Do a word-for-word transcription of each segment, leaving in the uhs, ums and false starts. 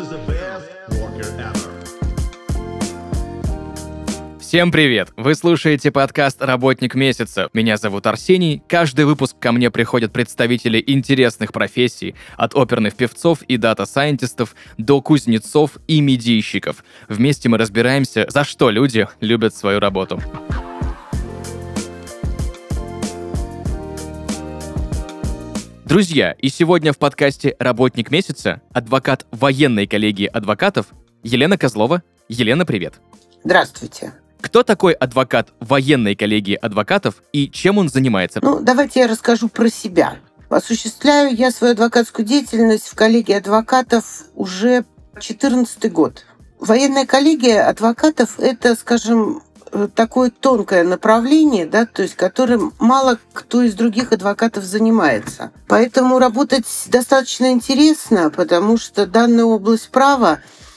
is the best Walker ever. Всем привет! Вы слушаете подкаст «Работник месяца». Меня зовут Арсений. Каждый выпуск ко мне приходят представители интересных профессий, от оперных певцов и дата-сайентистов до кузнецов и медийщиков. Вместе мы разбираемся, за что люди любят свою работу. Друзья, и сегодня в подкасте «Работник месяца» адвокат военной коллегии адвокатов Елена Козлова. Елена, привет! Здравствуйте. Кто такой адвокат военной коллегии адвокатов и чем он занимается? Ну, давайте я расскажу про себя. Осуществляю я свою адвокатскую деятельность в коллегии адвокатов уже четырнадцатый год. Военная коллегия адвокатов – это, скажем, такое тонкое направление, да, то есть которым мало кто из других адвокатов занимается. Поэтому работать достаточно интересно, потому что данная область права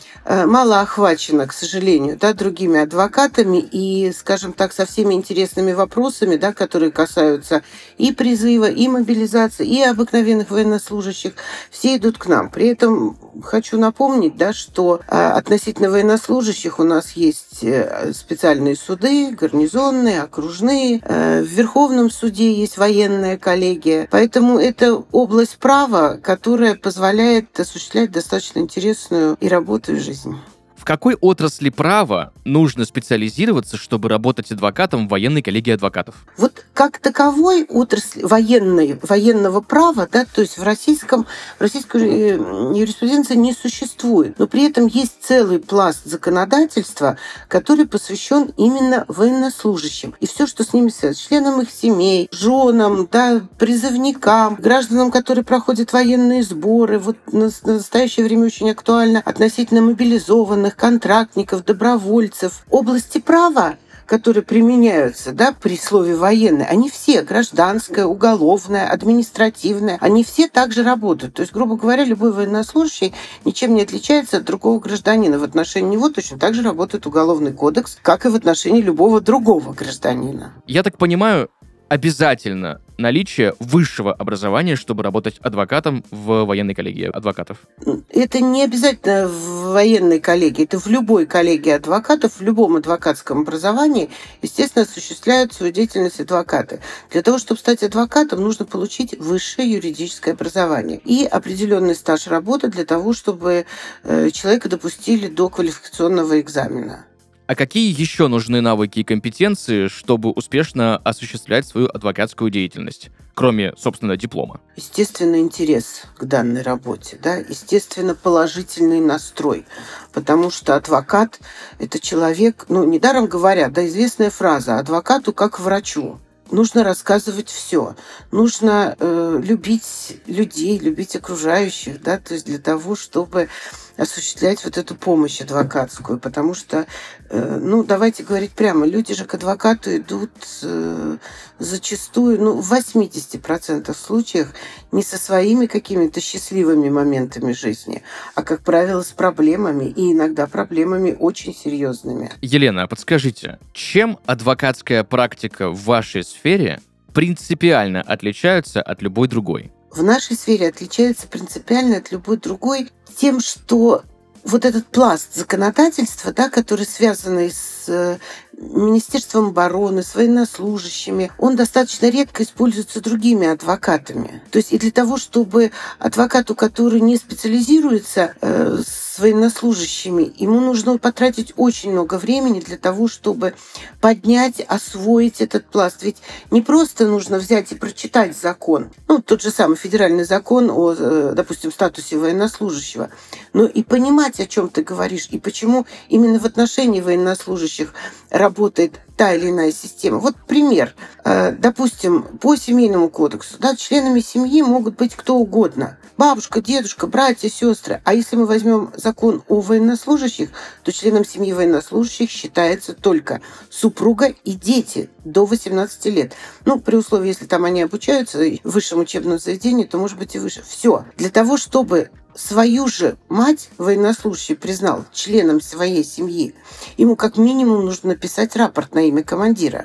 мало охвачена, к сожалению, да, другими адвокатами и, скажем так, со всеми интересными вопросами, да, которые касаются и призыва, и мобилизации, и обыкновенных военнослужащих, все идут к нам. При этом хочу напомнить, да, что относительно военнослужащих у нас есть специальные суды, гарнизонные, окружные. В Верховном суде есть военная коллегия. Поэтому это область права, которая позволяет осуществлять достаточно интересную и работу, и жизнь. В какой отрасли права нужно специализироваться, чтобы работать адвокатом в военной коллегии адвокатов? Вот как таковой отрасли военной, военного права, да, то есть в российском, в российской юриспруденции не существует. Но при этом есть целый пласт законодательства, который посвящен именно военнослужащим. И все, что с ними связано, членам их семей, женам, да, призывникам, гражданам, которые проходят военные сборы. Вот на настоящее время очень актуально относительно мобилизованных, контрактников, добровольцев. Области права, которые применяются, да, при слове «военный», они все, гражданское, уголовное, административное, они все также работают. То есть, грубо говоря, любой военнослужащий ничем не отличается от другого гражданина. В отношении него точно так же работает Уголовный кодекс, как и в отношении любого другого гражданина. Я так понимаю, обязательно наличие высшего образования, чтобы работать адвокатом в военной коллегии адвокатов? Это не обязательно в военной коллегии, это в любой коллегии адвокатов, в любом адвокатском образовании, естественно, осуществляют свою деятельность адвокаты. Для того, чтобы стать адвокатом, нужно получить высшее юридическое образование и определенный стаж работы для того, чтобы человека допустили до квалификационного экзамена. А какие еще нужны навыки и компетенции, чтобы успешно осуществлять свою адвокатскую деятельность, кроме, собственно, диплома? Естественно, интерес к данной работе, да, естественно, положительный настрой, потому что адвокат – это человек, ну, недаром говорят, да, известная фраза «адвокату как врачу». Нужно рассказывать все. Нужно э, любить людей, любить окружающих, да, то есть для того, чтобы осуществлять вот эту помощь адвокатскую. Потому что, э, ну, давайте говорить прямо, люди же к адвокату идут э, зачастую, ну, в восемьдесят процентов случаев не со своими какими-то счастливыми моментами жизни, а, как правило, с проблемами, и иногда проблемами очень серьезными. Елена, а подскажите, чем адвокатская практика в вашей сфере принципиально отличается от любой другой? В нашей сфере отличается принципиально от любой другой тем, что вот этот пласт законодательства, да, который связан с Министерством обороны, с военнослужащими, он достаточно редко используется другими адвокатами. То есть и для того, чтобы адвокату, который не специализируется э, с военнослужащими, ему нужно потратить очень много времени для того, чтобы поднять, освоить этот пласт. Ведь не просто нужно взять и прочитать закон, ну, тот же самый федеральный закон о, э, допустим, статусе военнослужащего, но и понимать, о чем ты говоришь, и почему именно в отношении военнослужащих работает та или иная система. Вот пример. Допустим, по семейному кодексу, да, членами семьи могут быть кто угодно. Бабушка, дедушка, братья, сестры. А если мы возьмем закон о военнослужащих, то членом семьи военнослужащих считается только супруга и дети до восемнадцати лет. Ну, при условии, если там они обучаются в высшем учебном заведении, то, может быть, и выше. Все. Для того, чтобы свою же мать военнослужащий признал членом своей семьи, ему как минимум нужно написать рапорт на имя командира.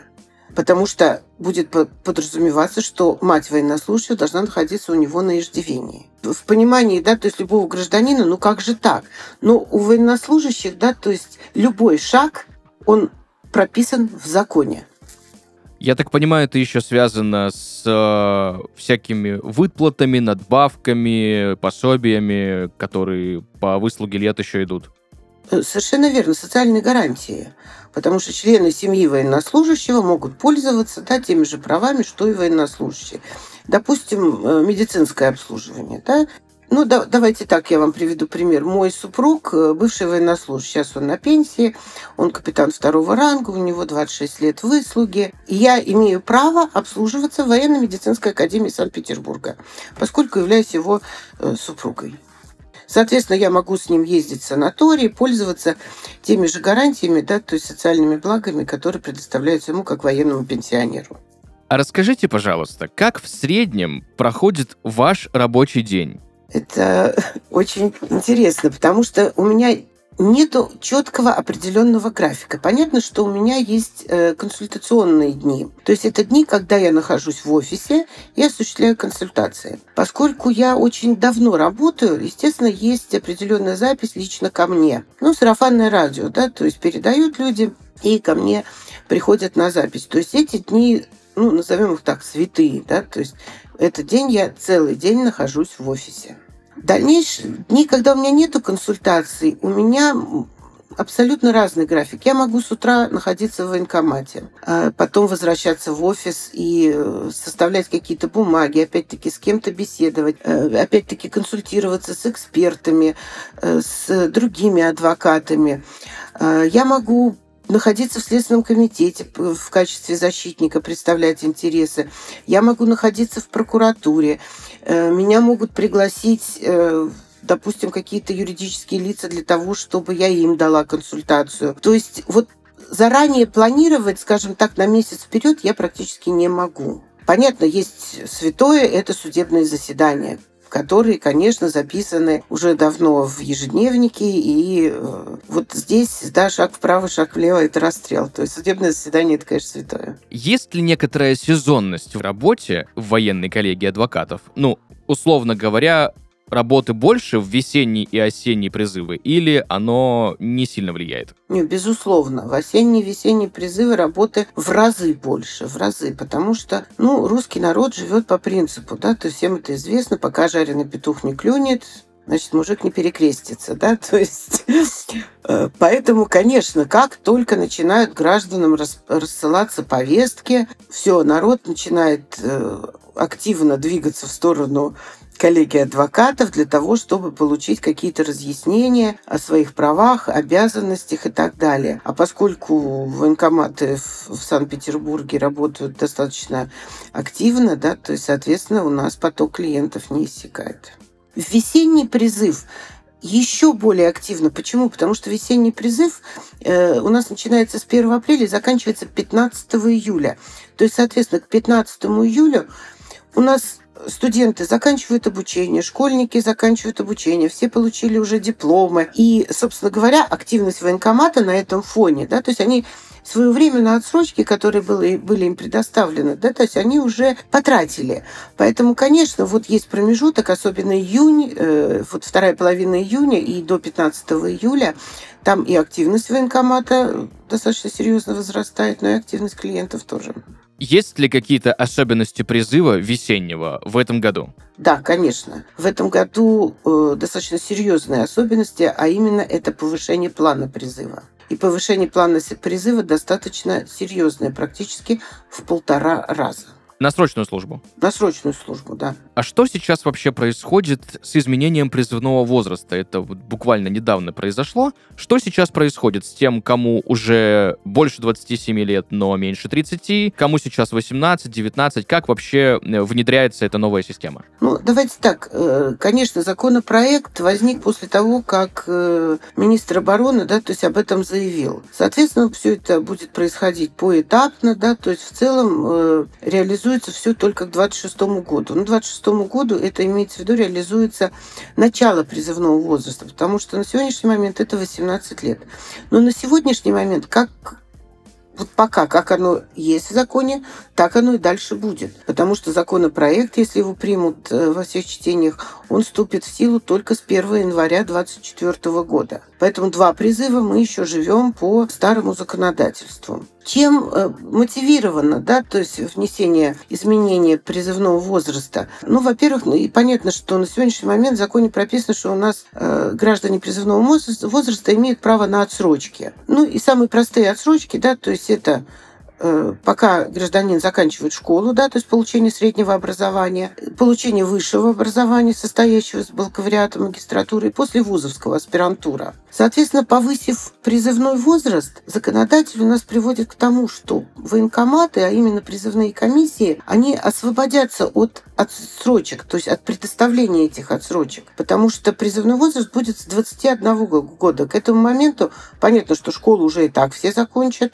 потому что будет подразумеваться, что мать военнослужащего должна находиться у него на иждивении. В понимании, да, то есть любого гражданина, ну как же так? Но у военнослужащих, да, то есть любой шаг, он прописан в законе. Я так понимаю, это еще связано с э, всякими выплатами, надбавками, пособиями, которые по выслуге лет еще идут. Совершенно верно, социальные гарантии. Потому что члены семьи военнослужащего могут пользоваться, да, теми же правами, что и военнослужащие. Допустим, медицинское обслуживание. Да? Ну, да, давайте так, я вам приведу пример. Мой супруг, бывший военнослужащий, сейчас он на пенсии, он капитан второго ранга, у него двадцать шесть лет выслуги. И я имею право обслуживаться в военно-медицинской академии Санкт-Петербурга, поскольку являюсь его супругой. Соответственно, я могу с ним ездить в санаторий, пользоваться теми же гарантиями, да, то есть социальными благами, которые предоставляются ему как военному пенсионеру. А расскажите, пожалуйста, как в среднем проходит ваш рабочий день? Это очень интересно, потому что у меня нету четкого определенного графика. Понятно, что у меня есть консультационные дни. То есть это дни, когда я нахожусь в офисе и осуществляю консультации. Поскольку я очень давно работаю, естественно, есть определенная запись лично ко мне. Ну, сарафанное радио, да, то есть передают люди и ко мне приходят на запись. То есть эти дни, ну, назовем их так, святые, да, то есть этот день я целый день нахожусь в офисе. Дальнейшие дни, когда у меня нету консультаций, у меня абсолютно разный график. Я могу с утра находиться в военкомате, потом возвращаться в офис и составлять какие-то бумаги, опять-таки с кем-то беседовать, опять-таки консультироваться с экспертами, с другими адвокатами. Я могу находиться в Следственном комитете в качестве защитника, представлять интересы. Я могу находиться в прокуратуре. Меня могут пригласить, допустим, какие-то юридические лица для того, чтобы я им дала консультацию. То есть вот заранее планировать, скажем так, на месяц вперед я практически не могу. Понятно, есть святое – это судебные заседания, которые, конечно, записаны уже давно в ежедневнике, и э, вот здесь, да, шаг вправо, шаг влево – это расстрел. То есть судебное заседание – это, конечно, святое. Есть ли некоторая сезонность в работе в военной коллегии адвокатов? Ну, условно говоря, работы больше в весенние и осенние призывы, или оно не сильно влияет? Не, безусловно. В осенние и весенние призывы работы в разы больше, в разы, потому что, ну, русский народ живет по принципу, да, то есть всем это известно, пока жареный петух не клюнет, значит, мужик не перекрестится, да, то есть поэтому, конечно, как только начинают гражданам рассылаться повестки, все, народ начинает активно двигаться в сторону коллегии адвокатов для того, чтобы получить какие-то разъяснения о своих правах, обязанностях и так далее. А поскольку военкоматы в Санкт-Петербурге работают достаточно активно, да, то есть, соответственно, у нас поток клиентов не иссякает. Весенний призыв еще более активно. Почему? Потому что весенний призыв э, у нас начинается с первого апреля и заканчивается пятнадцатого июля. То есть, соответственно, к пятнадцатому июля у нас студенты заканчивают обучение, школьники заканчивают обучение, все получили уже дипломы. И, собственно говоря, активность военкомата на этом фоне, да, то есть они свое время на отсрочки, которые были, были им предоставлены, да, то есть они уже потратили. Поэтому, конечно, вот есть промежуток, особенно июнь, э, вот вторая половина июня и до пятнадцатого июля, там и активность военкомата достаточно серьезно возрастает, но и активность клиентов тоже. Есть ли какие-то особенности призыва весеннего в этом году? Да, конечно. В этом году э, достаточно серьезные особенности, а именно это повышение плана призыва. И повышение плана призыва достаточно серьезное, практически в полтора раза. На срочную службу? На срочную службу, да. А что сейчас вообще происходит с изменением призывного возраста? Это вот буквально недавно произошло. Что сейчас происходит с тем, кому уже больше двадцати семи лет, но меньше тридцати? Кому сейчас восемнадцать, девятнадцать? Как вообще внедряется эта новая система? Ну, давайте так. Конечно, законопроект возник после того, как министр обороны, да, то есть об этом заявил. Соответственно, все это будет происходить поэтапно, да, то есть в целом реализуется все только к двадцать шестому году. Ну, к двадцать шестому году это имеется в виду реализуется начало призывного возраста, потому что на сегодняшний момент это восемнадцать лет. Но на сегодняшний момент, как Вот пока, как оно есть в законе, так оно и дальше будет. Потому что законопроект, если его примут во всех чтениях, он вступит в силу только с первого января двадцать четвёртого года. Поэтому два призыва мы еще живем по старому законодательству. Чем э, мотивировано, да, то есть внесение изменения призывного возраста? Ну, во-первых, ну, и понятно, что на сегодняшний момент в законе прописано, что у нас э, граждане призывного возраста, возраста имеют право на отсрочки. Ну, и самые простые отсрочки, да, то есть это пока гражданин заканчивает школу, да, то есть получение среднего образования, получение высшего образования, состоящего из бакалавриата, магистратуры, и после вузовского аспирантура. Соответственно, повысив призывной возраст, законодатель у нас приводит к тому, что военкоматы, а именно призывные комиссии, они освободятся от отсрочек, то есть от предоставления этих отсрочек, потому что призывной возраст будет с двадцати одного года. К этому моменту понятно, что школу уже и так все закончат,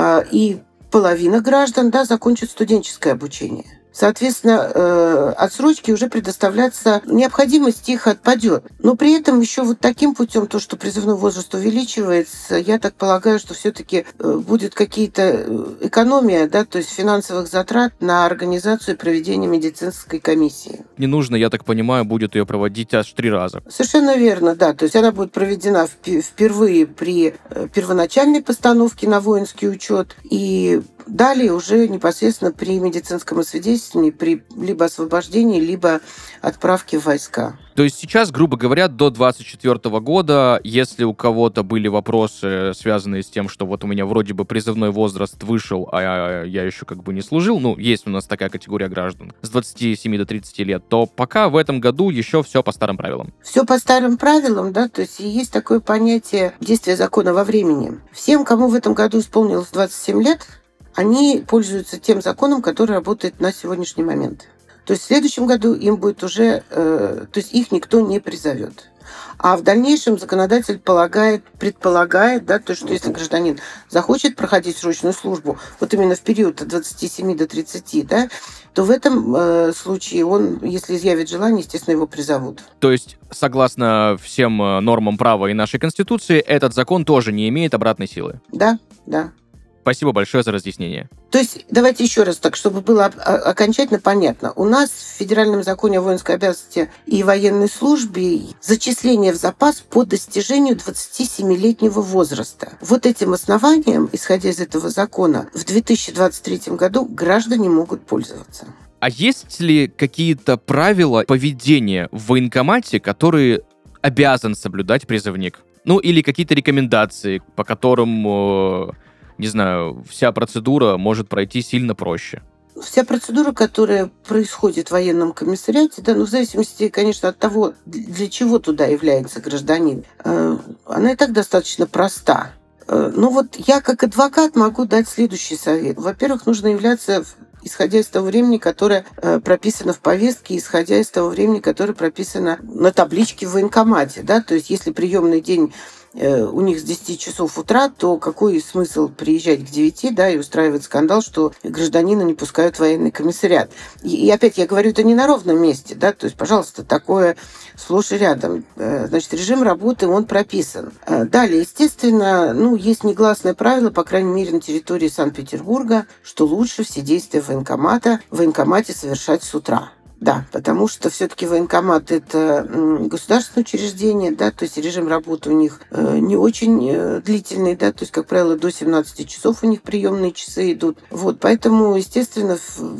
и половина граждан, да, закончат студенческое обучение. Соответственно, э, отсрочки уже предоставляться, необходимость их отпадет. Но при этом еще вот таким путем, то, что призывной возраст увеличивается, я так полагаю, что все-таки э, будет какие-то экономия, да, то есть финансовых затрат на организацию и проведение медицинской комиссии. Не нужно, я так понимаю, будет ее проводить аж три раза. Совершенно верно, да. То есть она будет проведена впервые при первоначальной постановке на воинский учет и далее уже непосредственно при медицинском освидетельствовании, при либо освобождении, либо отправке в войска. То есть сейчас, грубо говоря, до двадцать четвёртого года, если у кого-то были вопросы, связанные с тем, что вот у меня вроде бы призывной возраст вышел, а я еще как бы не служил, ну, есть у нас такая категория граждан, с двадцати семи до тридцати лет, то пока в этом году еще все по старым правилам. Все по старым правилам, да, то есть есть такое понятие действия закона во времени. Всем, кому в этом году исполнилось двадцать семь лет, они пользуются тем законом, который работает на сегодняшний момент. То есть в следующем году им будет уже, э, то есть их никто не призовет. А в дальнейшем законодатель полагает, предполагает, да, то, что если гражданин захочет проходить срочную службу, вот именно в период от двадцати семи до тридцати, да, то в этом э, случае он, если изъявит желание, естественно, его призовут. То есть, согласно всем нормам права и нашей Конституции, этот закон тоже не имеет обратной силы? Да, да. Спасибо большое за разъяснение. То есть, давайте еще раз так, чтобы было окончательно понятно. У нас в Федеральном законе о воинской обязанности и военной службе зачисление в запас по достижению двадцатисемилетнего возраста. Вот этим основанием, исходя из этого закона, в две тысячи двадцать третьем году граждане могут пользоваться. А есть ли какие-то правила поведения в военкомате, которые обязан соблюдать призывник? Ну, или какие-то рекомендации, по которым... не знаю, вся процедура может пройти сильно проще? Вся процедура, которая происходит в военном комиссариате, да, ну, в зависимости, конечно, от того, для чего туда является гражданин, она и так достаточно проста. Но вот я, как адвокат, могу дать следующий совет. Во-первых, нужно являться, исходя из того времени, которое прописано в повестке, исходя из того времени, которое прописано на табличке в военкомате. Да? То есть, если приемный день у них с десяти часов утра, то какой смысл приезжать к девяти, да, и устраивать скандал, что гражданина не пускают в военный комиссариат. И, и опять я говорю, это не на ровном месте, да, то есть, пожалуйста, такое сплошь и рядом. Значит, режим работы, он прописан. Далее, естественно, ну, есть негласное правило, по крайней мере, на территории Санкт-Петербурга, что лучше все действия военкомата в военкомате совершать с утра. Да, потому что все-таки военкомат – это государственное учреждение, да, то есть режим работы у них не очень длительный, да, то есть, как правило, до семнадцати часов у них приемные часы идут. Вот, поэтому, естественно,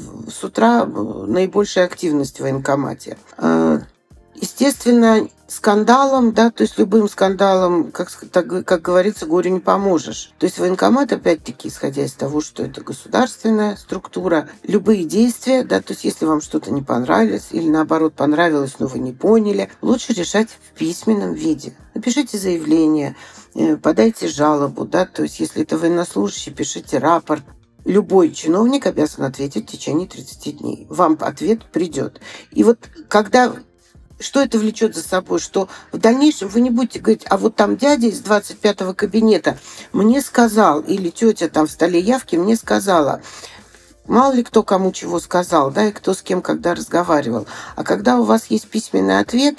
с утра наибольшая активность в военкомате. Естественно, скандалом, да, то есть любым скандалом, как, так, как говорится, горю не поможешь. То есть военкомат, опять-таки, исходя из того, что это государственная структура, любые действия, да, то есть если вам что-то не понравилось или наоборот понравилось, но вы не поняли, лучше решать в письменном виде. Напишите заявление, подайте жалобу, да, то есть если это военнослужащий, пишите рапорт. Любой чиновник обязан ответить в течение тридцати дней. Вам ответ придет. И вот когда... Что это влечет за собой? Что в дальнейшем вы не будете говорить, а вот там дядя из двадцать пятого кабинета мне сказал, или тетя там в столе явки мне сказала. Мало ли кто кому чего сказал, да, и кто с кем когда разговаривал. А когда у вас есть письменный ответ,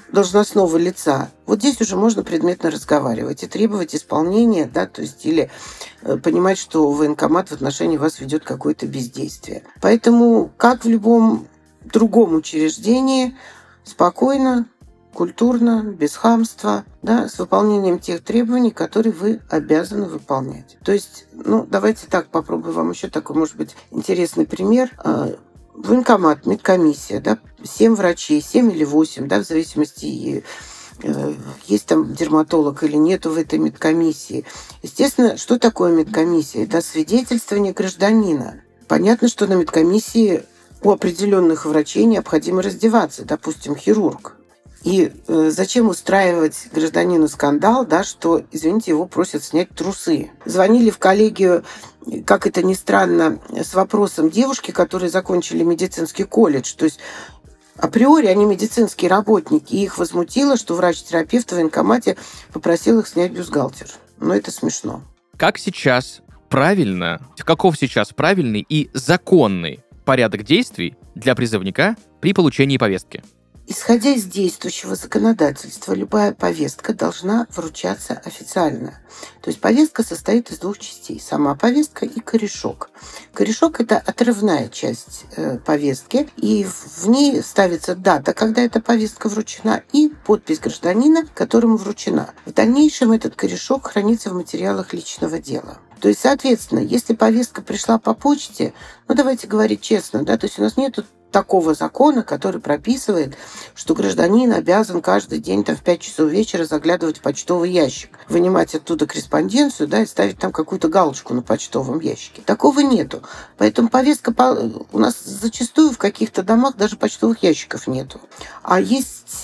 должностного лица, вот здесь уже можно предметно разговаривать и требовать исполнения, да, то есть или э, понимать, что военкомат в отношении вас ведет какое-то бездействие. Поэтому, как в любом другом учреждении, спокойно, культурно, без хамства, да, с выполнением тех требований, которые вы обязаны выполнять. То есть, ну, давайте так попробую вам еще такой, может быть, интересный пример. Военкомат, медкомиссия, да, семь врачей, семь или восемь, да, в зависимости, э, есть там дерматолог или нету в этой медкомиссии. Естественно, что такое медкомиссия? Это свидетельствование гражданина. Понятно, что на медкомиссии у определенных врачей необходимо раздеваться, допустим, хирург. И э, зачем устраивать гражданину скандал, да, что, извините, его просят снять трусы. Звонили в коллегию, как это ни странно, с вопросом девушки, которые закончили медицинский колледж. То есть априори они медицинские работники, и их возмутило, что врач-терапевт в военкомате попросил их снять бюстгальтер. Но это смешно. Как сейчас правильно, каков сейчас правильный и законный порядок действий для призывника при получении повестки? Исходя из действующего законодательства, любая повестка должна вручаться официально. То есть повестка состоит из двух частей. Сама повестка и корешок. Корешок – это отрывная часть э, повестки, и в ней ставится дата, когда эта повестка вручена, и подпись гражданина, которому вручена. В дальнейшем этот корешок хранится в материалах личного дела. То есть, соответственно, если повестка пришла по почте, ну давайте говорить честно, да, то есть у нас нет такого закона, который прописывает, что гражданин обязан каждый день там, в пять часов вечера заглядывать в почтовый ящик, вынимать оттуда корреспонденцию, да, и ставить там какую-то галочку на почтовом ящике. Такого нету. Поэтому повестка по... у нас зачастую в каких-то домах даже почтовых ящиков нету. А есть...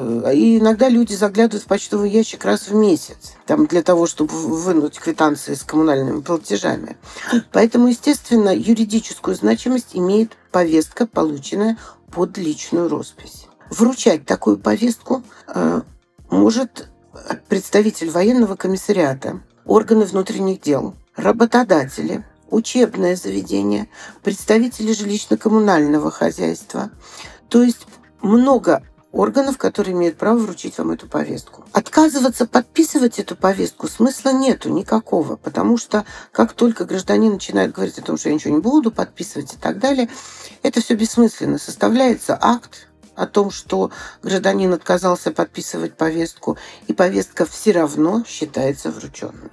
И иногда люди заглядывают в почтовый ящик раз в месяц, там, для того, чтобы вынуть квитанции с коммунальными платежами. Поэтому, естественно, юридическую значимость имеет повестка, полученная под личную роспись. Вручать такую повестку э, может представитель военного комиссариата, органы внутренних дел, работодатели, учебное заведение, представители жилищно-коммунального хозяйства. То есть много органов, которые имеют право вручить вам эту повестку. Отказываться подписывать эту повестку смысла нету никакого, потому что как только гражданин начинает говорить о том, что я ничего не буду подписывать и так далее, это все бессмысленно. Составляется акт о том, что гражданин отказался подписывать повестку, и повестка все равно считается врученной.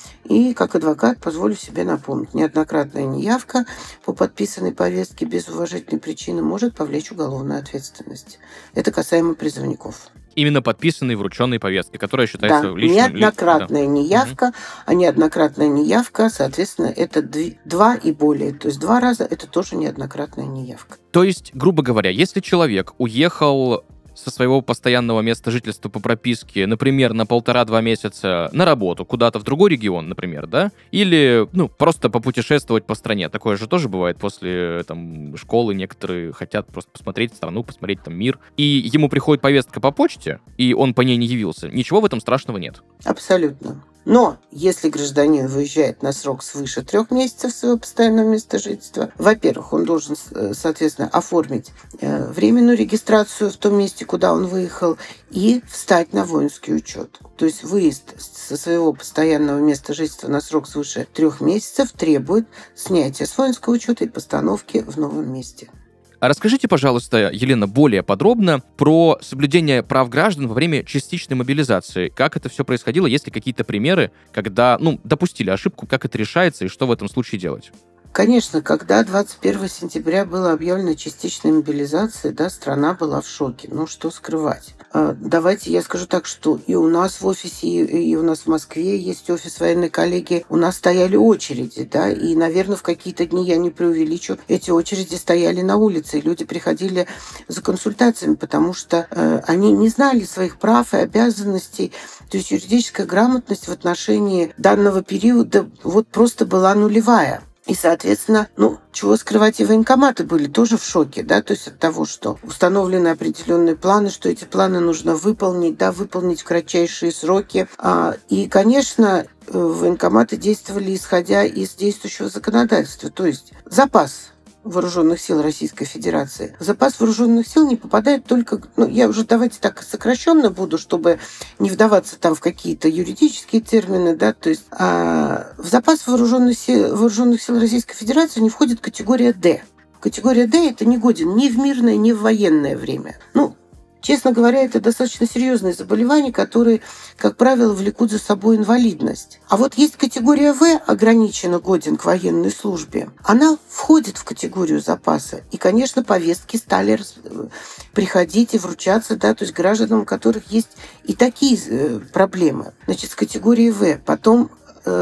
И как адвокат позволю себе напомнить, неоднократная неявка по подписанной повестке без уважительной причины может повлечь уголовную ответственность. Это касаемо призывников. Именно подписанной врученной повестки, которая считается да, личным... неоднократная да. неявка, угу. а неоднократная неявка, соответственно, это два и более. То есть два раза это тоже неоднократная неявка. То есть, грубо говоря, если человек уехал со своего постоянного места жительства по прописке, например, на полтора-два месяца на работу, куда-то в другой регион, например, да, или, ну, просто попутешествовать по стране. Такое же тоже бывает после, там, школы. Некоторые хотят просто посмотреть страну, посмотреть там мир. И ему приходит повестка по почте, и он по ней не явился. Ничего в этом страшного нет. Абсолютно. Но если гражданин выезжает на срок свыше трех месяцев своего постоянного места жительства, во-первых, он должен, соответственно, оформить временную регистрацию в том месте, куда он выехал, и встать на воинский учет. То есть выезд со своего постоянного места жительства на срок свыше трех месяцев требует снятия с воинского учета и постановки в новом месте. А расскажите, пожалуйста, Елена, более подробно про соблюдение прав граждан во время частичной мобилизации. Как это все происходило? Есть ли какие-то примеры, когда, ну, допустили ошибку, как это решается и что в этом случае делать? Конечно, когда двадцать первого сентября была объявлена частичная мобилизация, да, страна была в шоке. Ну, что скрывать? Давайте я скажу так, что и у нас в офисе, и у нас в Москве есть офис военной коллегии, у нас стояли очереди, да, и, наверное, в какие-то дни, я не преувеличу, эти очереди стояли на улице, и люди приходили за консультациями, потому что э, они не знали своих прав и обязанностей. То есть юридическая грамотность в отношении данного периода вот просто была нулевая. И, соответственно, ну, чего скрывать, и военкоматы были тоже в шоке, да, то есть от того, что установлены определенные планы, что эти планы нужно выполнить, да, выполнить в кратчайшие сроки. И, конечно, военкоматы действовали исходя из действующего законодательства, то есть запас вооруженных сил Российской Федерации, в запас вооруженных сил не попадает только, ну, я уже давайте так сокращенно буду, чтобы не вдаваться там в какие-то юридические термины, да, то есть а в запас вооруженных сил, вооруженных сил Российской Федерации не входит категория «Д». Категория «Д» – это не годен ни в мирное, ни в военное время. Ну, честно говоря, это достаточно серьезные заболевания, которые, как правило, влекут за собой инвалидность. А вот есть категория В, ограниченно годен к военной службе. Она входит в категорию запаса. И, конечно, повестки стали приходить и вручаться, да, то есть гражданам, у которых есть и такие проблемы. Значит, с категории В. Потом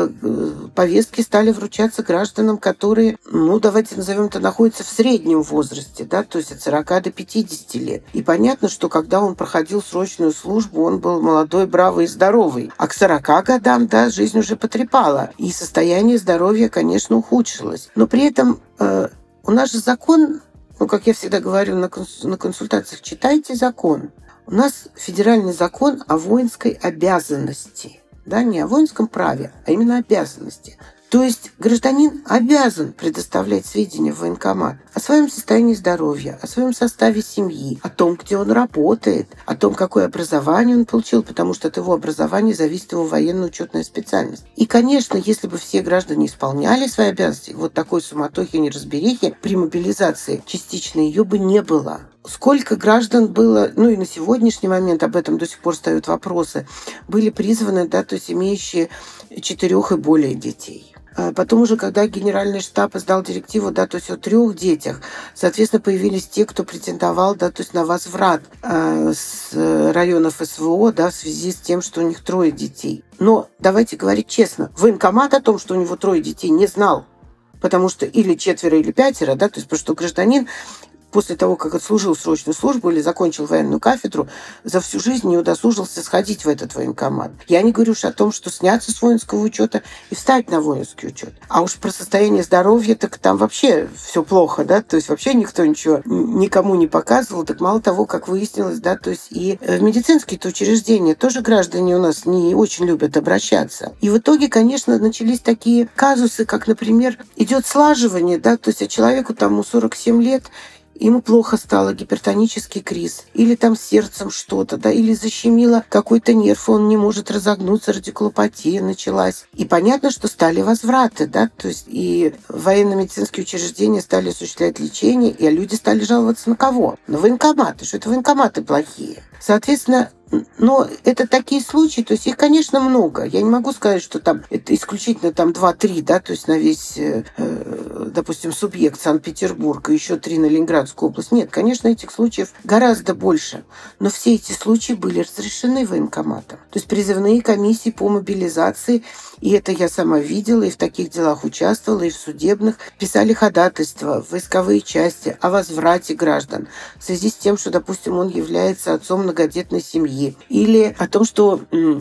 повестки стали вручаться гражданам, которые, ну, давайте назовем это, находятся в среднем возрасте, да, то есть от сорока до пятидесяти лет. И понятно, что когда он проходил срочную службу, он был молодой, бравый и здоровый. А к сорока годам, да, жизнь уже потрепала. И состояние здоровья, конечно, ухудшилось. Но при этом э, у нас же закон, ну, как я всегда говорю на, конс- на консультациях, читайте закон. У нас федеральный закон о воинской обязанности. Да, не о воинском праве, а именно обязанности. То есть гражданин обязан предоставлять сведения в военкомат о своем состоянии здоровья, о своем составе семьи, о том, где он работает, о том, какое образование он получил, потому что от его образования зависит его военно-учетная специальность. И, конечно, если бы все граждане исполняли свои обязанности, вот такой суматохи и неразберихи при мобилизации частично ее бы не было. Сколько граждан было, ну и на сегодняшний момент об этом до сих пор встают вопросы, были призваны, да, то есть имеющие четырех и более детей. Потом уже, когда Генеральный штаб издал директиву, да, то есть о трех детях, соответственно, появились те, кто претендовал, да, то есть на возврат э, с районов СВО, да, в связи с тем, что у них трое детей. Но давайте говорить честно, военкомат о том, что у него трое детей, не знал, потому что или четверо, или пятеро, да, то есть потому что гражданин после того, как отслужил срочную службу или закончил военную кафедру, за всю жизнь не удосужился сходить в этот военкомат. Я не говорю уж о том, что сняться с воинского учета и встать на воинский учет. А уж про состояние здоровья, так там вообще все плохо, да, то есть вообще никто ничего никому не показывал. Так мало того, как выяснилось, да, то есть и в медицинские-то учреждения тоже граждане у нас не очень любят обращаться. И в итоге, конечно, начались такие казусы, как, например, идет слаживание, да, то есть а человеку там у сорок семь лет, ему плохо стало, гипертонический криз, или там с сердцем что-то, да, или защемило какой-то нерв, он не может разогнуться, радикулопатия началась. И понятно, что стали возвраты, да, то есть и военно-медицинские учреждения стали осуществлять лечение, и люди стали жаловаться на кого? На военкоматы, что это военкоматы плохие. Соответственно, но это такие случаи, то есть их, конечно, много. Я не могу сказать, что там это исключительно там два-три, да, то есть на весь, э, допустим, субъект Санкт-Петербург и еще три на Ленинградскую область. Нет, конечно, этих случаев гораздо больше. Но все эти случаи были разрешены военкоматом. То есть призывные комиссии по мобилизации, и это я сама видела, и в таких делах участвовала, и в судебных, писали ходатайства в войсковые части о возврате граждан в связи с тем, что, допустим, он является отцом многодетной семьи, или о том, что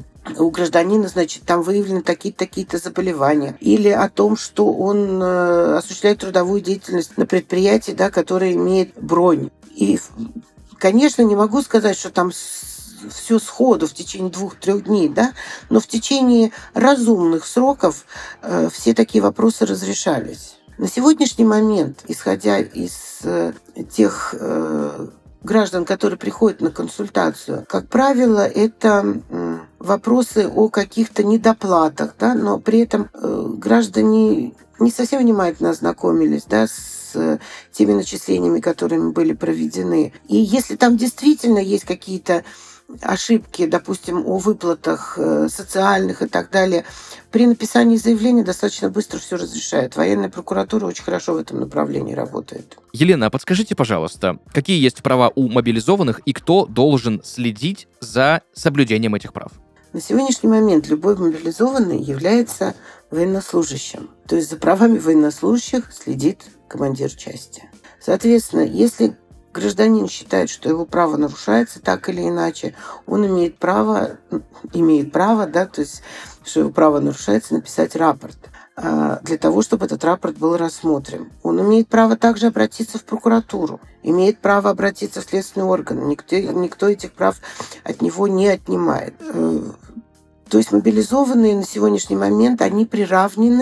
у гражданина, значит, там выявлены такие-то, такие-то заболевания, или о том, что он э, осуществляет трудовую деятельность на предприятии, да, которое имеет бронь. И, конечно, не могу сказать, что там все сходу в течение двух-трех дней, да, но в течение разумных сроков э, все такие вопросы разрешались. На сегодняшний момент, исходя из э, тех э, граждан, которые приходят на консультацию, как правило, это вопросы о каких-то недоплатах, да, но при этом граждане не совсем внимательно ознакомились, да, с теми начислениями, которыми были проведены. И если там действительно есть какие-то ошибки, допустим, о выплатах социальных и так далее, при написании заявления достаточно быстро все разрешает. Военная прокуратура очень хорошо в этом направлении работает. Елена, а подскажите, пожалуйста, какие есть права у мобилизованных и кто должен следить за соблюдением этих прав? На сегодняшний момент любой мобилизованный является военнослужащим. То есть за правами военнослужащих следит командир части. Соответственно, если гражданин считает, что его право нарушается так или иначе, он имеет право, имеет право, да, то есть, что его право нарушается, написать рапорт для того, чтобы этот рапорт был рассмотрен. Он имеет право также обратиться в прокуратуру, имеет право обратиться в следственный орган. Никто, никто этих прав от него не отнимает. То есть мобилизованные на сегодняшний момент, они приравнены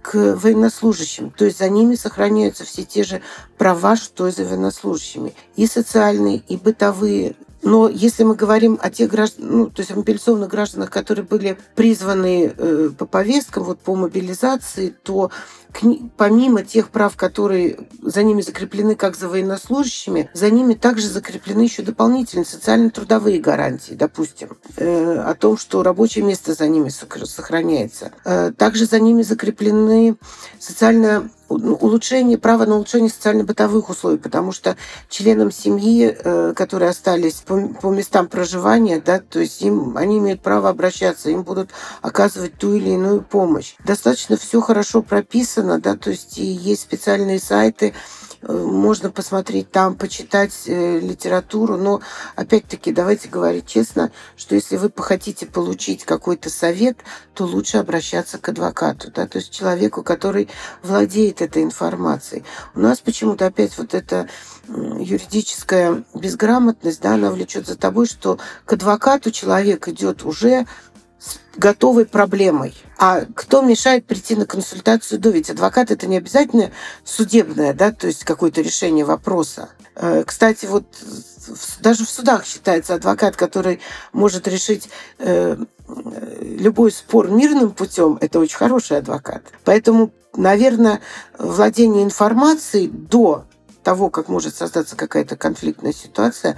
к военнослужащим. То есть за ними сохраняются все те же права, что и за военнослужащими. И социальные, и бытовые. Но если мы говорим о тех гражданах, ну, то есть о мобилизованных гражданах, которые были призваны э, по повесткам, вот по мобилизации, то к, помимо тех прав, которые за ними закреплены как за военнослужащими, за ними также закреплены еще дополнительные социально-трудовые гарантии, допустим, э, о том, что рабочее место за ними сохраняется. Э, также за ними закреплены социально улучшение, право на улучшение социально-бытовых условий, потому что членам семьи, э, которые остались по, по местам проживания, да, то есть им, они имеют право обращаться, им будут оказывать ту или иную помощь. Достаточно все хорошо прописано, да, то есть и есть специальные сайты, можно посмотреть там, почитать э, литературу, но опять-таки давайте говорить честно, что если вы хотите получить какой-то совет, то лучше обращаться к адвокату, да, то есть человеку, который владеет этой информацией. У нас почему-то опять вот эта юридическая безграмотность, да, она влечет за тобой, что к адвокату человек идет уже с готовой проблемой. А кто мешает прийти на консультацию до? Ведь адвокат — это не обязательно судебное, да, то есть какое-то решение вопроса. Кстати, вот даже в судах считается адвокат, который может решить э, любой спор мирным путем, это очень хороший адвокат. Поэтому, наверное, владение информацией до того, как может создаться какая-то конфликтная ситуация,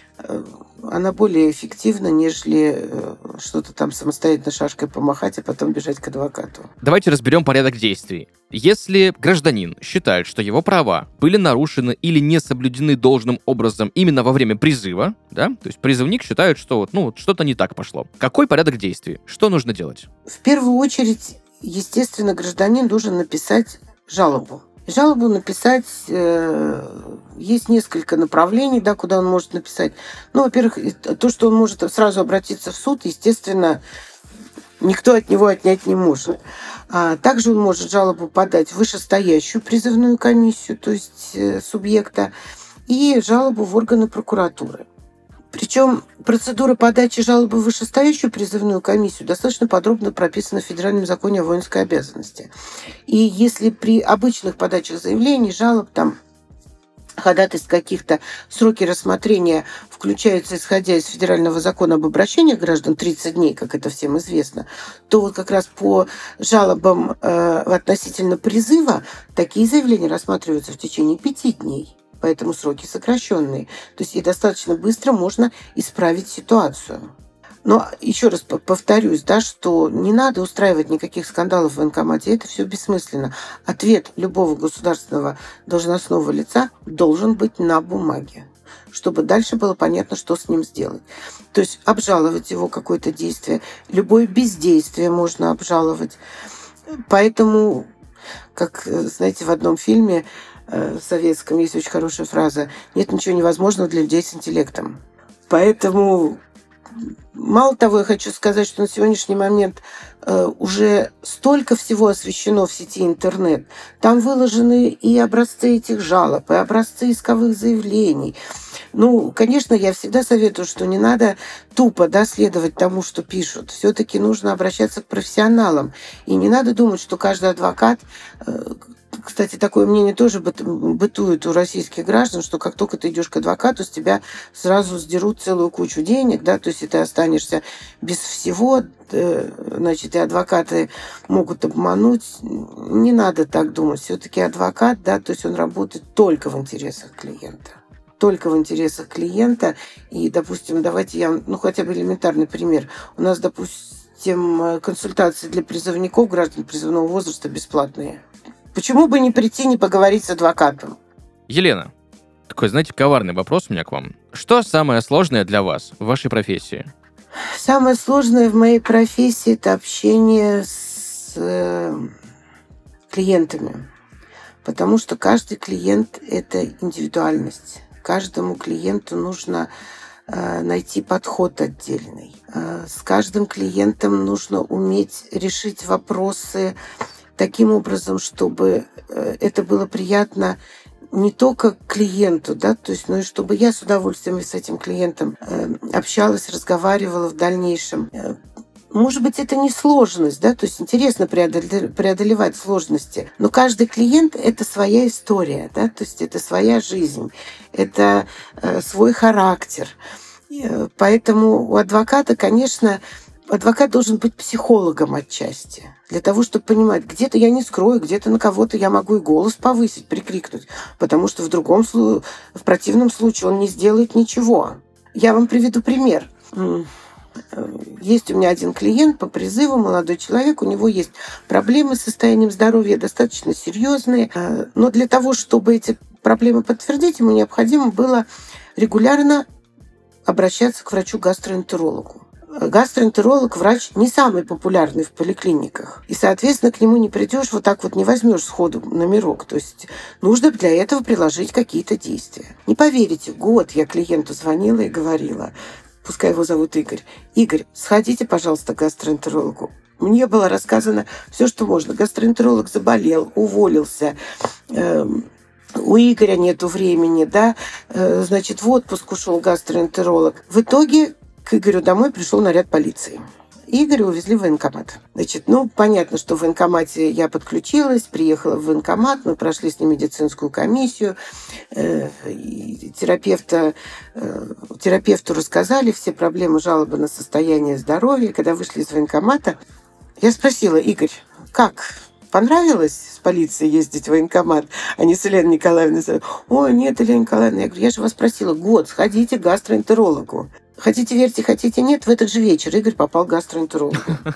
она более эффективна, нежели что-то там самостоятельно шашкой помахать, а потом бежать к адвокату. Давайте разберем порядок действий. Если гражданин считает, что его права были нарушены или не соблюдены должным образом именно во время призыва, да, то есть призывник считает, что вот, ну, что-то не так пошло. Какой порядок действий? Что нужно делать? В первую очередь, естественно, гражданин должен написать жалобу. Жалобу написать, э, есть несколько направлений, да, куда он может написать. Ну, во-первых, то, что он может сразу обратиться в суд, естественно, никто от него отнять не может. А также он может жалобу подать в вышестоящую призывную комиссию, то есть э, субъекта, и жалобу в органы прокуратуры. Причем процедура подачи жалобы в вышестоящую призывную комиссию достаточно подробно прописана в Федеральном законе о воинской обязанности. И если при обычных подачах заявлений, жалоб, там, ходатайств каких-то, сроки рассмотрения включаются, исходя из Федерального закона об обращении граждан, тридцать дней, как это всем известно, то вот как раз по жалобам э, относительно призыва такие заявления рассматриваются в течение пяти дней. Поэтому сроки сокращенные. То есть и достаточно быстро можно исправить ситуацию. Но еще раз повторюсь, да, что не надо устраивать никаких скандалов в военкомате, это все бессмысленно. Ответ любого государственного должностного лица должен быть на бумаге, чтобы дальше было понятно, что с ним сделать. То есть обжаловать его какое-то действие, любое бездействие можно обжаловать. Поэтому, как, знаете, в одном фильме в советском есть очень хорошая фраза: «Нет ничего невозможного для людей с интеллектом». Поэтому, мало того, я хочу сказать, что на сегодняшний момент э, уже столько всего освещено в сети интернет. Там выложены и образцы этих жалоб, и образцы исковых заявлений. Ну, конечно, я всегда советую, что не надо тупо, да, следовать тому, что пишут. Все-таки нужно обращаться к профессионалам. И не надо думать, что каждый адвокат... Э, Кстати, такое мнение тоже бытует у российских граждан, что как только ты идешь к адвокату, с тебя сразу сдерут целую кучу денег, да, то есть и ты останешься без всего, значит, и адвокаты могут обмануть. Не надо так думать. Все-таки адвокат, да, то есть он работает только в интересах клиента. Только в интересах клиента. И, допустим, давайте я, ну, хотя бы элементарный пример. У нас, допустим, консультации для призывников, граждан призывного возраста бесплатные. Почему бы не прийти, не поговорить с адвокатом? Елена, такой, знаете, коварный вопрос у меня к вам. Что самое сложное для вас в вашей профессии? Самое сложное в моей профессии – это общение с э, клиентами. Потому что каждый клиент – это индивидуальность. Каждому клиенту нужно э, найти подход отдельный. Э, с каждым клиентом нужно уметь решить вопросы таким образом, чтобы это было приятно не только клиенту, да, то есть, но и чтобы я с удовольствием с этим клиентом общалась, разговаривала в дальнейшем. может быть, это не сложность, да, то есть интересно преодолевать сложности, но каждый клиент – это своя история, да, то есть это своя жизнь, это э, свой характер. Поэтому у адвоката, конечно, адвокат должен быть психологом отчасти, для того, чтобы понимать, где-то я не скрою, где-то на кого-то я могу и голос повысить, прикрикнуть, потому что в другом случае, в противном случае он не сделает ничего. Я вам приведу пример. Есть у меня один клиент по призыву, молодой человек, у него есть проблемы с состоянием здоровья достаточно серьезные, но для того, чтобы эти проблемы подтвердить, ему необходимо было регулярно обращаться к врачу-гастроэнтерологу. Гастроэнтеролог – врач не самый популярный в поликлиниках. И, соответственно, к нему не придешь, вот так вот не возьмешь сходу номерок. То есть нужно для этого приложить какие-то действия. Не поверите, год я клиенту звонила и говорила, пускай его зовут Игорь. Игорь, сходите, пожалуйста, к гастроэнтерологу. Мне было рассказано все, что можно. Гастроэнтеролог заболел, уволился, эм, у Игоря нету времени, да, э, значит, в отпуск ушел гастроэнтеролог. В итоге к Игорю домой пришел наряд полиции. Игоря увезли в военкомат. Значит, ну, понятно, что в военкомате я подключилась, приехала в военкомат, мы прошли с ним медицинскую комиссию, э, и терапевта, э, терапевту рассказали все проблемы, жалобы на состояние здоровья. Когда вышли из военкомата, я спросила: Игорь, как? Понравилось с полицией ездить в военкомат, а не с Еленой Николаевной? Ой, нет, Елена Николаевна, я говорю, я же вас просила, год, сходите к гастроэнтерологу. Хотите верьте, хотите нет, в этот же вечер Игорь попал к гастроэнтерологу.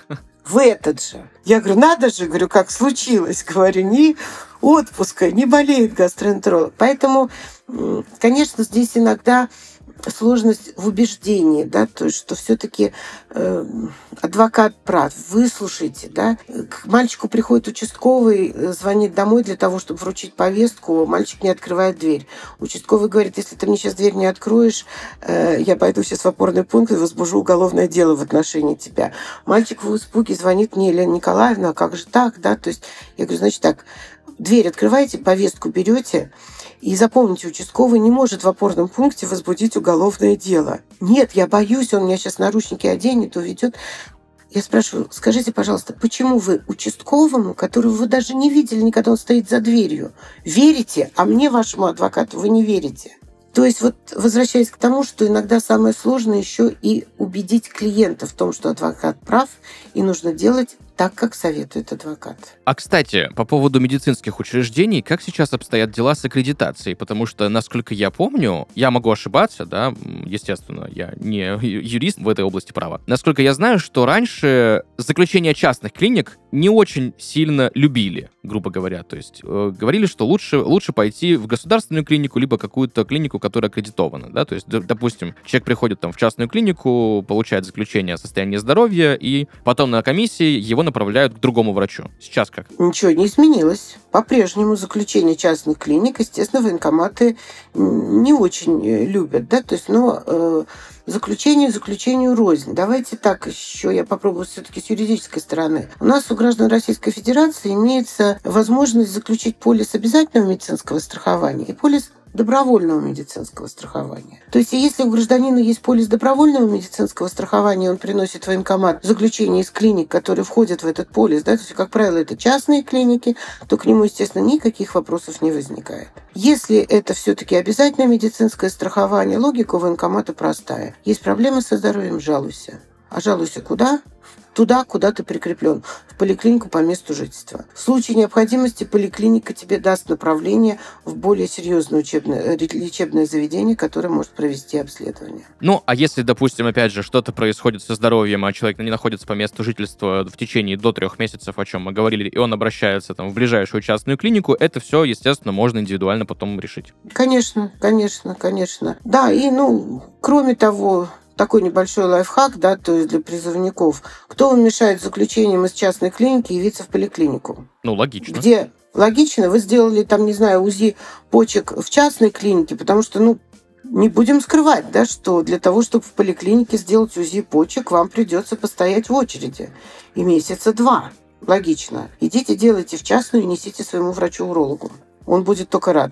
В этот же. Я говорю, надо же, говорю, как случилось. Говорю, ни отпуска, не болеет гастроэнтеролог. Поэтому, конечно, здесь иногда сложность в убеждении, да, то есть, что все-таки э, адвокат прав, выслушайте, да. К мальчику приходит участковый, звонит домой для того, чтобы вручить повестку, мальчик не открывает дверь. Участковый говорит, если ты мне сейчас дверь не откроешь, э, я пойду сейчас в опорный пункт и возбужу уголовное дело в отношении тебя. Мальчик в испуге звонит мне, Елена Николаевна, а как же так, да, то есть, я говорю, значит так, дверь открываете, повестку берете, и запомните, участковый не может в опорном пункте возбудить уголовное дело. Нет, я боюсь, он меня сейчас наручники оденет, уведет. Я спрашиваю, скажите, пожалуйста, почему вы участковому, которого вы даже не видели никогда, он стоит за дверью, верите, а мне, вашему адвокату, вы не верите? То есть вот возвращаясь к тому, что иногда самое сложное еще и убедить клиента в том, что адвокат прав, и нужно делать так, как советует адвокат. А, кстати, по поводу медицинских учреждений, как сейчас обстоят дела с аккредитацией? Потому что, насколько я помню, я могу ошибаться, да, естественно, я не юрист в этой области права. Насколько я знаю, что раньше заключение частных клиник не очень сильно любили, грубо говоря. То есть э, говорили, что лучше, лучше пойти в государственную клинику, либо какую-то клинику, которая аккредитована, да. То есть, д- допустим, человек приходит там в частную клинику, получает заключение о состоянии здоровья, и потом на комиссии его направляют к другому врачу. Сейчас как? Ничего не изменилось. По-прежнему заключение частных клиник, естественно, военкоматы не очень любят, да, то есть, но э, заключение заключению рознь. Давайте так еще, я попробую все-таки с юридической стороны. У нас у граждан Российской Федерации имеется возможность заключить полис обязательного медицинского страхования и полис добровольного медицинского страхования. То есть, если у гражданина есть полис добровольного медицинского страхования, он приносит в военкомат заключение из клиник, которые входят в этот полис, да, то есть, как правило, это частные клиники, то к нему, естественно, никаких вопросов не возникает. Если это все-таки обязательное медицинское страхование, логика у военкомата простая. Есть проблемы со здоровьем – жалуйся. А жалуйся куда? Туда, куда ты прикреплен, в поликлинику по месту жительства. В случае необходимости поликлиника тебе даст направление в более серьезное учебное, лечебное заведение, которое может провести обследование. Ну, а если, допустим, опять же, что-то происходит со здоровьем, а человек не находится по месту жительства в течение до трех месяцев, о чем мы говорили, и он обращается там в ближайшую частную клинику, это все, естественно, можно индивидуально потом решить. Конечно, конечно, конечно. Да, и, ну, кроме того, такой небольшой лайфхак, да, то есть для призывников. Кто вам мешает заключением из частной клиники явиться в поликлинику? Ну, логично. Где логично, вы сделали там, не знаю, УЗИ почек в частной клинике, потому что, ну, не будем скрывать, да, что для того, чтобы в поликлинике сделать УЗИ почек, вам придется постоять в очереди. И месяца два. Логично. Идите, делайте в частную и несите своему врачу-урологу. Он будет только рад.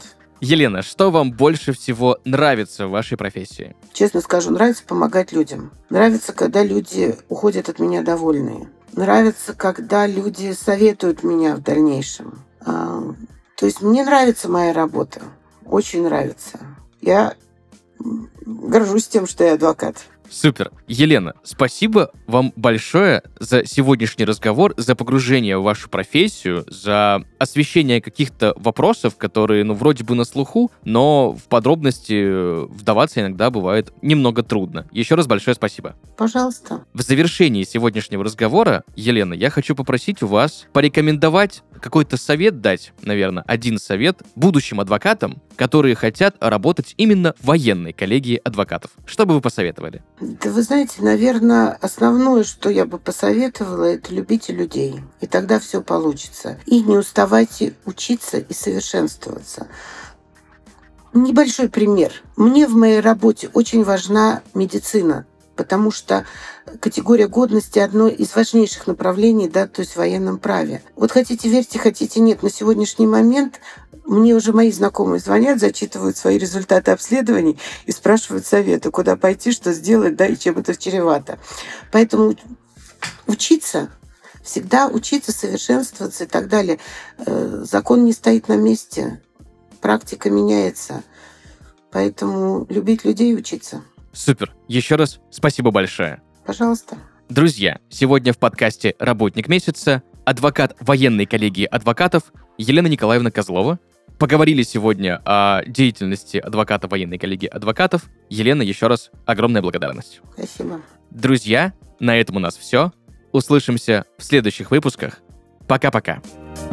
Елена, что вам больше всего нравится в вашей профессии? Честно скажу, нравится помогать людям. Нравится, когда люди уходят от меня довольные. Нравится, когда люди советуют меня в дальнейшем. А, то есть мне нравится моя работа. Очень нравится. Я горжусь тем, что я адвокат. Супер. Елена, спасибо вам большое за сегодняшний разговор, за погружение в вашу профессию, за освещение каких-то вопросов, которые, ну, вроде бы на слуху, но в подробности вдаваться иногда бывает немного трудно. Еще раз большое спасибо. Пожалуйста. В завершении сегодняшнего разговора, Елена, я хочу попросить у вас порекомендовать какой-то совет дать, наверное, один совет будущим адвокатам, которые хотят работать именно в военной коллегии адвокатов. Что бы вы посоветовали? Да вы знаете, наверное, основное, что я бы посоветовала, это любите людей. И тогда все получится. И не уставайте учиться и совершенствоваться. Небольшой пример. Мне в моей работе очень важна медицина, потому что категория годности – одно из важнейших направлений, да, то есть в военном праве. Вот хотите верьте, хотите нет, на сегодняшний момент мне уже мои знакомые звонят, зачитывают свои результаты обследований и спрашивают советы, куда пойти, что сделать, да, и чем это чревато. Поэтому учиться, всегда учиться, совершенствоваться и так далее. Закон не стоит на месте, практика меняется. Поэтому любить людей и учиться. Супер. Еще раз спасибо большое. Пожалуйста. Друзья, сегодня в подкасте «Работник месяца» адвокат военной коллегии адвокатов Елена Николаевна Козлова. Поговорили сегодня о деятельности адвоката военной коллегии адвокатов. Елена, еще раз огромная благодарность. Спасибо. Друзья, на этом у нас все. Услышимся в следующих выпусках. Пока-пока.